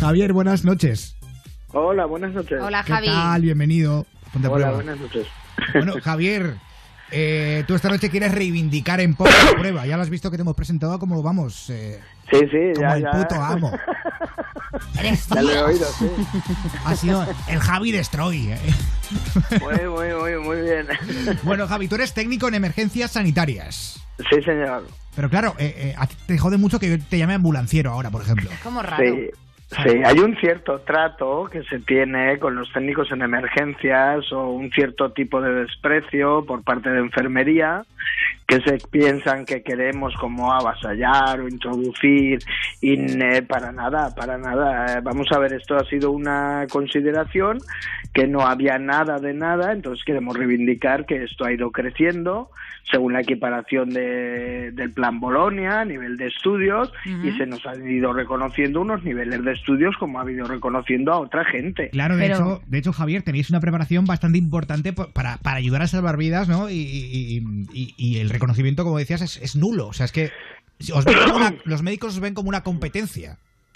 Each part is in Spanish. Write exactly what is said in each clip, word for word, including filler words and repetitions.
Javier, buenas noches. Hola, buenas noches. Hola, ¿Qué Javi. tal? Bienvenido. Ponte a Hola, prueba. buenas noches. Bueno, Javier, eh, tú esta noche quieres reivindicar en poco la prueba. Ya lo has visto que te hemos presentado como, vamos, eh, Sí, sí, como ya, el ya. puto amo. Eres Ya lo he Dios. oído, sí. Ha sido el Javi Destroy. eh. Muy, muy, muy, muy bien. Bueno, Javi, tú eres técnico en emergencias sanitarias. Sí, señor. Pero claro, eh, eh, a ti te jode mucho que yo te llame ambulanciero ahora, por ejemplo. Es como raro. Sí. Sí, hay un cierto trato que se tiene con los técnicos en emergencias o un cierto tipo de desprecio por parte de enfermería que se piensan que queremos como avasallar o introducir y ne, para nada, para nada. Vamos a ver, esto ha sido una consideración que no había nada de nada, entonces queremos reivindicar que esto ha ido creciendo según la equiparación de, del Plan Bolonia a nivel de estudios uh-huh. y se nos han ido reconociendo unos niveles de estudios como ha ido reconociendo a otra gente. Claro, de, Pero... hecho, de hecho, Javier, tenéis una preparación bastante importante para, para ayudar a salvar vidas, ¿no? Y, y, y, y el reconocimiento, como decías, es, es nulo. O sea, es que os ven como una, los médicos os ven como una competencia.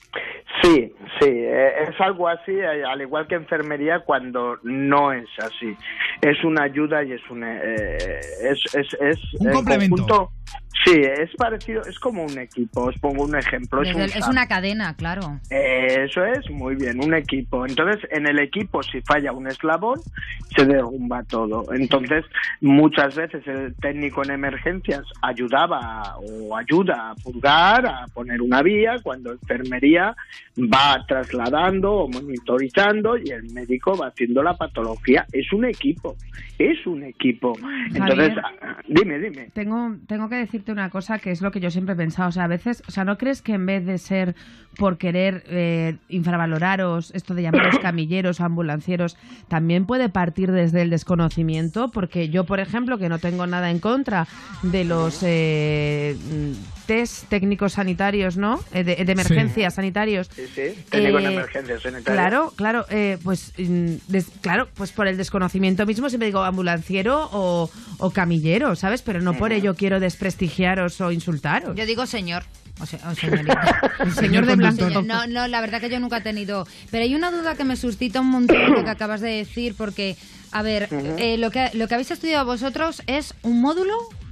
Sí, sí, es algo así, al igual que enfermería, cuando no es así. Es una ayuda y es un eh, es, es, es un complemento. Conjunto, sí, es parecido, es como un equipo. Os pongo un ejemplo. Es, Desde, un es una cadena, claro. Eso es, muy bien, un equipo. Entonces, en el equipo, si falla un eslabón, se derrumba todo. Entonces, muchas veces el técnico en emergencias ayudaba o ayuda a purgar, a poner una vía, cuando enfermería va trasladando o monitorizando y el médico va haciendo la patología. Es un equipo, es un equipo. Entonces, Javier, dime, dime. Tengo, tengo que decirte una cosa que es lo que yo siempre he pensado. O sea, a veces, o sea, ¿no crees que en vez de ser por querer eh, infravaloraros esto de llamaros camilleros o ambulancieros, también puede partir desde el desconocimiento? Porque yo, por ejemplo, que no tengo nada en contra de los eh, test técnicos sanitarios, ¿no? Eh, de, de emergencias sí. sanitarios. Sí, sí, técnico eh, en emergencias sanitarias. Claro, claro, eh, pues des, claro, pues por el desconocimiento mismo siempre digo ambulanciero o, o camillero, ¿sabes? Pero no por ello quiero desprestigiaros o insultaros. Yo digo señor. O, se, o señorita. El señor de blanco. Señor, no, no, la verdad que yo nunca he tenido. Pero hay una duda que me suscita un montón lo que acabas de decir, porque, a ver, uh-huh. eh, lo que lo que habéis estudiado vosotros es un módulo.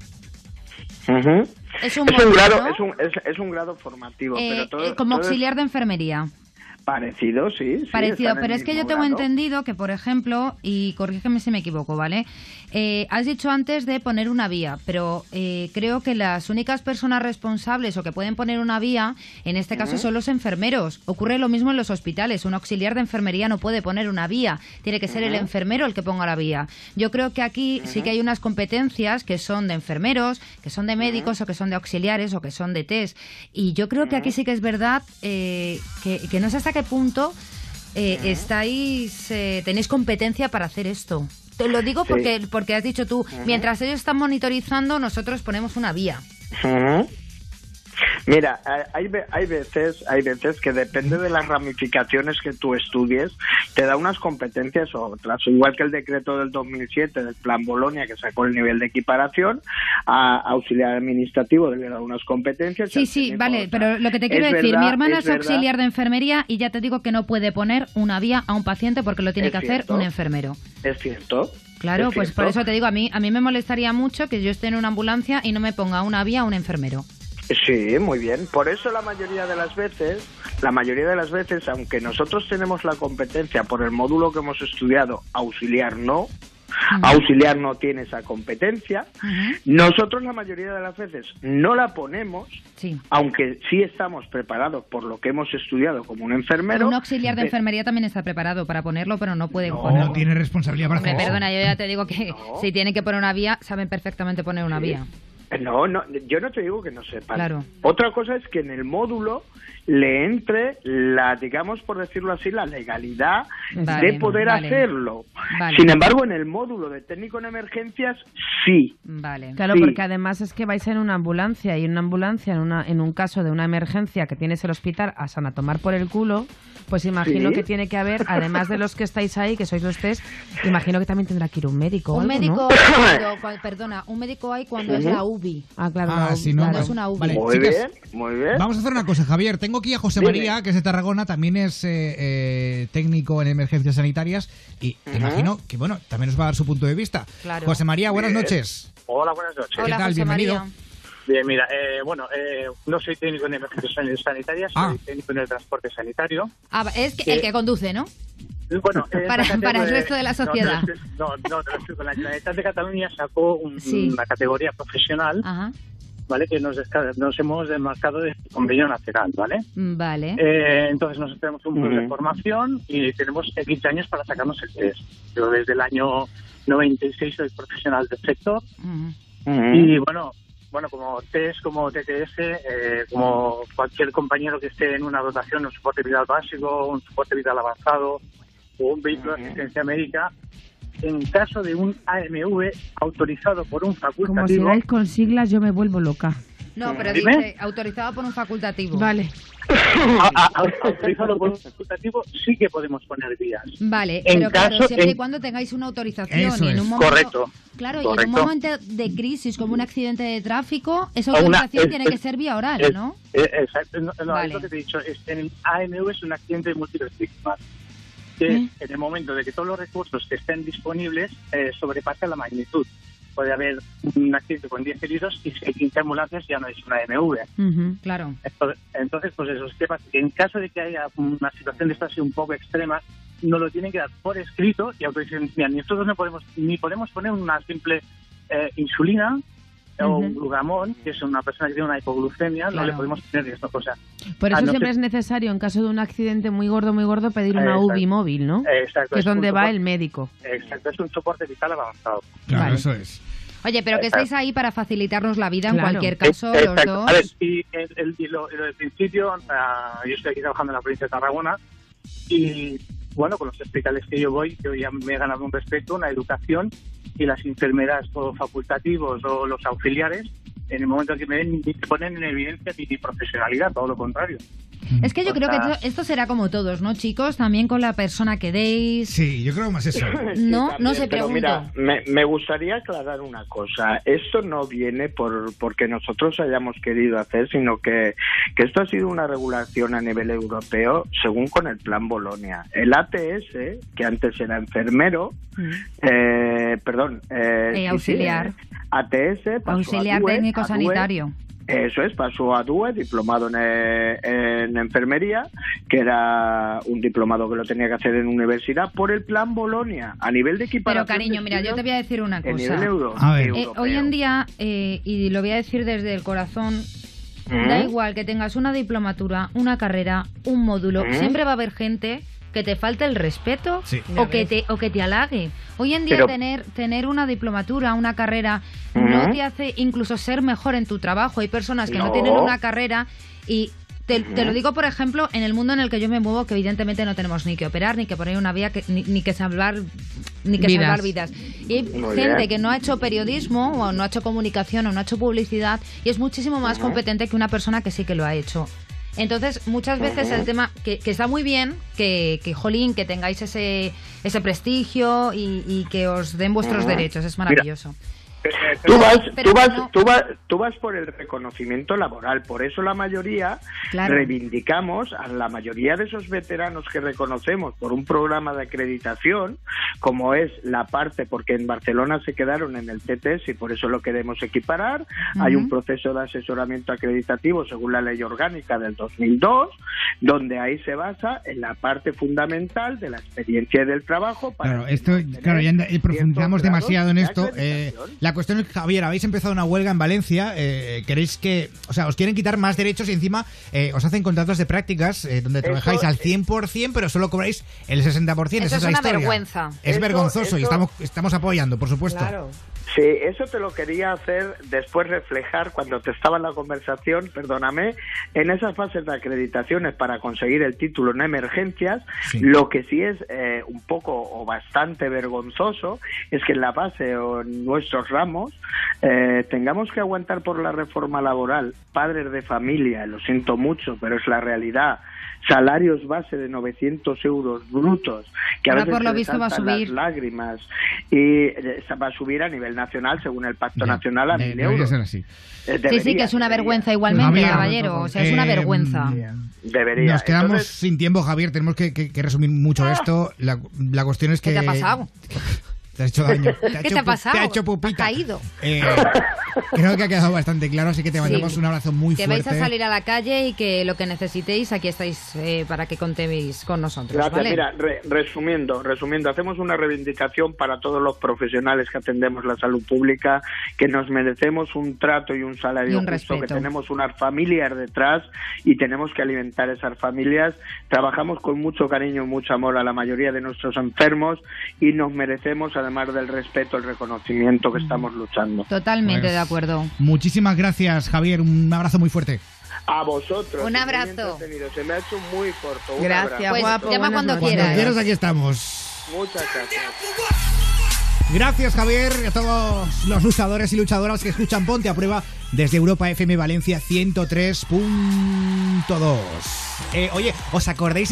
Uh-huh. Es un, es módulo, un grado, ¿no? es un es, es un grado formativo, eh, pero todo, eh, como todo auxiliar es... de enfermería. Parecido, sí. sí Parecido, pero es que yo tengo grado. entendido que, por ejemplo, y corrígeme si me equivoco, ¿vale? Eh, has dicho antes de poner una vía, pero eh, creo que las únicas personas responsables o que pueden poner una vía, en este caso, uh-huh. son los enfermeros. Ocurre lo mismo en los hospitales. Un auxiliar de enfermería no puede poner una vía. Tiene que ser uh-huh. el enfermero el que ponga la vía. Yo creo que aquí uh-huh. sí que hay unas competencias que son de enfermeros, que son de médicos uh-huh. o que son de auxiliares o que son de test. Y yo creo uh-huh. que aquí sí que es verdad eh, que, que no sé hasta qué punto eh, uh-huh. estáis eh, tenéis competencia para hacer esto. Te lo digo porque sí. porque has dicho tú, uh-huh. mientras ellos están monitorizando, nosotros ponemos una vía. Uh-huh. Mira, hay, hay veces hay veces que depende de las ramificaciones que tú estudies, te da unas competencias u otras. Igual que el decreto del dos mil siete del Plan Bolonia, que sacó el nivel de equiparación, a auxiliar administrativo le da unas competencias. Sí, sí, vale, pero lo que te quiero es decir, verdad, mi hermana es, es auxiliar de enfermería y ya te digo que no puede poner una vía a un paciente porque lo tiene es que cierto, hacer un enfermero. Es cierto. Claro, es pues cierto. por eso te digo, a mí, a mí me molestaría mucho que yo esté en una ambulancia y no me ponga una vía a un enfermero. Sí, muy bien. Por eso la mayoría de las veces, la mayoría de las veces, aunque nosotros tenemos la competencia por el módulo que hemos estudiado, auxiliar no, uh-huh. auxiliar no tiene esa competencia, uh-huh. nosotros la mayoría de las veces no la ponemos, sí. aunque sí estamos preparados por lo que hemos estudiado como un enfermero. Un auxiliar de eh, enfermería también está preparado para ponerlo, pero no puede no, ponerlo. No tiene responsabilidad para hacerlo. hacer Perdona, yo ya te digo que no. si tienen que poner una vía, saben perfectamente poner una sí. vía. No, no, yo no te digo que no sepan. Claro. Otra cosa es que en el módulo le entre la, digamos, por decirlo así, la legalidad vale, de poder vale. hacerlo. Vale. Sin embargo, en el módulo de técnico en emergencias, sí. Vale. Claro, Sí. porque además es que vais en una ambulancia y en una ambulancia, en, una, en un caso de una emergencia que tienes el hospital a San a tomar por el culo, pues imagino Sí. que tiene que haber, además de los que estáis ahí, que sois los tres, imagino que también tendrá que ir un médico o Un algo, médico, ¿no? cuando- cua- perdona, un médico hay cuando es la U B I. Ah, claro. Ah, no, sí, no, Cuando claro. es una U B I. Vale, Muy chicas, bien, muy bien. Vamos a hacer una cosa, Javier. Tengo aquí a José Dime. María, que es de Tarragona, también es eh, eh, técnico en emergencias sanitarias y Ujú. imagino que, bueno, también nos va a dar su punto de vista. Claro. José María, buenas Bien. noches. Hola, buenas noches. Hola, tal? José Bienvenido. María. Bien, mira, eh, bueno, eh, no soy técnico en emergencias sanitarias, Ah. soy técnico en el transporte sanitario. Ah, es que, Sí. el que conduce, ¿no? Bueno, eh, Para- esta para el categoría- resto de la no, te lo sociedad. explico- No, no, te lo explico. La Generalitat de Cataluña sacó un- Sí. una categoría profesional, Ajá. ¿vale? Que nos, desca- nos hemos demarcado de convenio nacional, ¿vale? Vale. Eh, entonces nosotros tenemos un curso de Ujú. formación y tenemos quince años para sacarnos el test. Yo desde el año noventa y seis soy profesional del sector. Ujú. Ujú. Y bueno, bueno, como test, como T T S, eh, como cualquier compañero que esté en una dotación, un soporte vital básico, un soporte vital avanzado o un vehículo de Ujú. asistencia médica, en caso de un A M V autorizado por un Como facultativo, sigáis con siglas, yo me vuelvo loca. No, pero Dime. dice autorizado por un facultativo. Vale. a- a- a- autorizado por un facultativo, sí que podemos poner vías. Vale, En pero claro, caso- siempre y en- cuando tengáis una autorización. Eso y en es. un momento, Correcto. Claro, y en Correcto. un momento de crisis, como un accidente de tráfico, esa O una- autorización es- tiene es- que ser vía oral, Es- ¿no? eh, exacto, no, no, Vale. es lo que te he dicho. Es, en el A M V es un accidente de múltiples víctimas. Que ¿Eh? en el momento de que todos los recursos que estén disponibles eh, sobrepasen la magnitud. Puede haber un accidente con diez heridos y si hay quince ambulancias ya no es una A M V. Ujú. Claro. Entonces, entonces, pues eso, ¿qué pasa? Que en caso de que haya una situación de esta así un poco extrema, nos lo tienen que dar por escrito y autorización. Mira, nosotros no podemos, ni podemos poner una simple eh, insulina o un Ujú. glugamón, que es una persona que tiene una hipoglucemia, no Claro. le podemos poner esto, cosa. Por Ah, eso no siempre sé. es necesario, en caso de un accidente muy gordo, muy gordo, pedir una Exacto. U B I móvil, ¿no? Exacto. Que es un donde va soporte- el médico. Exacto, es un soporte vital avanzado. Claro, Vale. eso es. Oye, pero que estáis ahí para facilitarnos la vida en Claro. cualquier caso, Eh, los exacto. dos. A ver, y, el, el- y lo, y lo del principio, ah, yo estoy aquí trabajando en la provincia de Tarragona y, bueno, con los hospitales que yo voy, yo ya me he ganado un respeto, una educación y las enfermeras o facultativos o los auxiliares, en el momento que me ven, ni te ponen en evidencia ni profesionalidad, todo lo contrario. Es que yo O creo que sea- esto, esto será como todos, ¿no, chicos? También con la persona que deis. Sí, yo creo más eso. Sí, No, también, no se pero pregunto. mira, me, me gustaría aclarar una cosa. Esto no viene por porque nosotros hayamos querido hacer, sino que, que esto ha sido una regulación a nivel europeo según con el Plan Bolonia. El A T S, que antes era enfermero, eh, perdón, eh, Eh, sí, sí, auxiliar. eh, A T S, pasó Auxiliar a D U E, técnico a D U E, sanitario. Eso es, pasó a D U E, diplomado en, eh, en enfermería, que era un diplomado que lo tenía que hacer en universidad por el Plan Bolonia, a nivel de Pero equiparación. cariño, de mira, yo estudios te voy a decir una en nivel cosa. euro- A ver. Eh, europeo. hoy en día, eh, y lo voy a decir desde el corazón, ¿Mm? da igual que tengas una diplomatura, una carrera, un módulo, ¿Mm? siempre va a haber gente que te falte el respeto Sí. o que te o que te halague. Hoy en día Pero- tener tener una diplomatura, una carrera ¿Mm? no te hace incluso ser mejor en tu trabajo. Hay personas que no, No. tienen una carrera y te, te lo digo, por ejemplo, en el mundo en el que yo me muevo, que evidentemente no tenemos ni que operar, ni que poner una vía, que, ni, ni que salvar ni que Vidas. salvar vidas. Y hay Muy gente bien. que no ha hecho periodismo, o no ha hecho comunicación, o no ha hecho publicidad, y es muchísimo más competente que una persona que sí que lo ha hecho. Entonces, muchas veces el tema, que, que está muy bien, que, que, jolín, que tengáis ese, ese prestigio y, y que os den vuestros derechos, es maravilloso. Tú vas, Pero tú, vas, no- tú, vas, tú vas por el reconocimiento laboral, por eso la mayoría Claro. reivindicamos a la mayoría de esos veteranos que reconocemos por un programa de acreditación, como es la parte, porque en Barcelona se quedaron en el T T S y por eso lo queremos equiparar. Hay un Ujú. proceso de asesoramiento acreditativo según la ley orgánica del dos mil dos, donde ahí se basa en la parte fundamental de la experiencia y del trabajo. Para Claro, esto, obtener claro, ya anda- eh, profundizamos ciertos demasiado en grados esto. de Eh, acreditación. la la cuestión es, Javier, habéis empezado una huelga en Valencia, eh, queréis que, o sea, os quieren quitar más derechos y encima eh, os hacen contratos de prácticas eh, donde trabajáis Eso, al cien por ciento, pero solo cobráis el sesenta por ciento. Eso Esa es es la una historia. vergüenza. Es Eso- vergonzoso y eso- estamos, estamos apoyando, por supuesto. Claro. Sí, eso te lo quería hacer después reflejar cuando te estaba en la conversación, perdóname, en esas fases de acreditaciones para conseguir el título en emergencias. Sí. Lo que sí es eh, un poco o bastante vergonzoso es que en la base o en nuestros ramos eh, tengamos que aguantar por la reforma laboral padres de familia, lo siento mucho, pero es la realidad. Salarios base de novecientos euros brutos, que a Ahora, veces por lo te visto, va a saltan subir. las lágrimas, y eh, va a subir a nivel nacional, según el Pacto Ya, Nacional, a de- mil debería euros. ser así. Eh, Sí, sí, debería, que es una debería. vergüenza igualmente, Javier, caballero. O sea, es una eh, vergüenza. Debería. Nos quedamos Entonces, sin tiempo, Javier. Tenemos que, que- que resumir mucho esto. La, la cuestión es que... ¿Qué te ha pasado? Te has hecho daño. Te ha ¿Qué hecho te ha pu- pasado? Te ha hecho pupita. Has caído. Eh, creo que ha quedado bastante claro, así que te mandamos Sí. un abrazo muy Que fuerte. vais a salir a la calle y que lo que necesitéis, aquí estáis eh, para que contéis con nosotros. Gracias. ¿vale? Mira, re- resumiendo, resumiendo, hacemos una reivindicación para todos los profesionales que atendemos la salud pública, que nos merecemos un trato y un salario Y un justo, que respeto. tenemos unas familias detrás y tenemos que alimentar esas familias. Trabajamos con mucho cariño y mucho amor a la mayoría de nuestros enfermos y nos merecemos, además del respeto, el reconocimiento que estamos luchando. Totalmente Pues, de acuerdo. Muchísimas gracias, Javier. Un abrazo muy fuerte. A vosotros. Un muy abrazo. entretenido. Se me ha hecho muy corto. Un Gracias, abrazo. Pues guapo. llama buenas cuando noches. quieras. Cuando quieras, aquí estamos. Muchas gracias. Gracias, Javier, y a todos los luchadores y luchadoras que escuchan Ponte a Prueba desde Europa F M Valencia ciento tres punto dos. Eh, oye, ¿os acordáis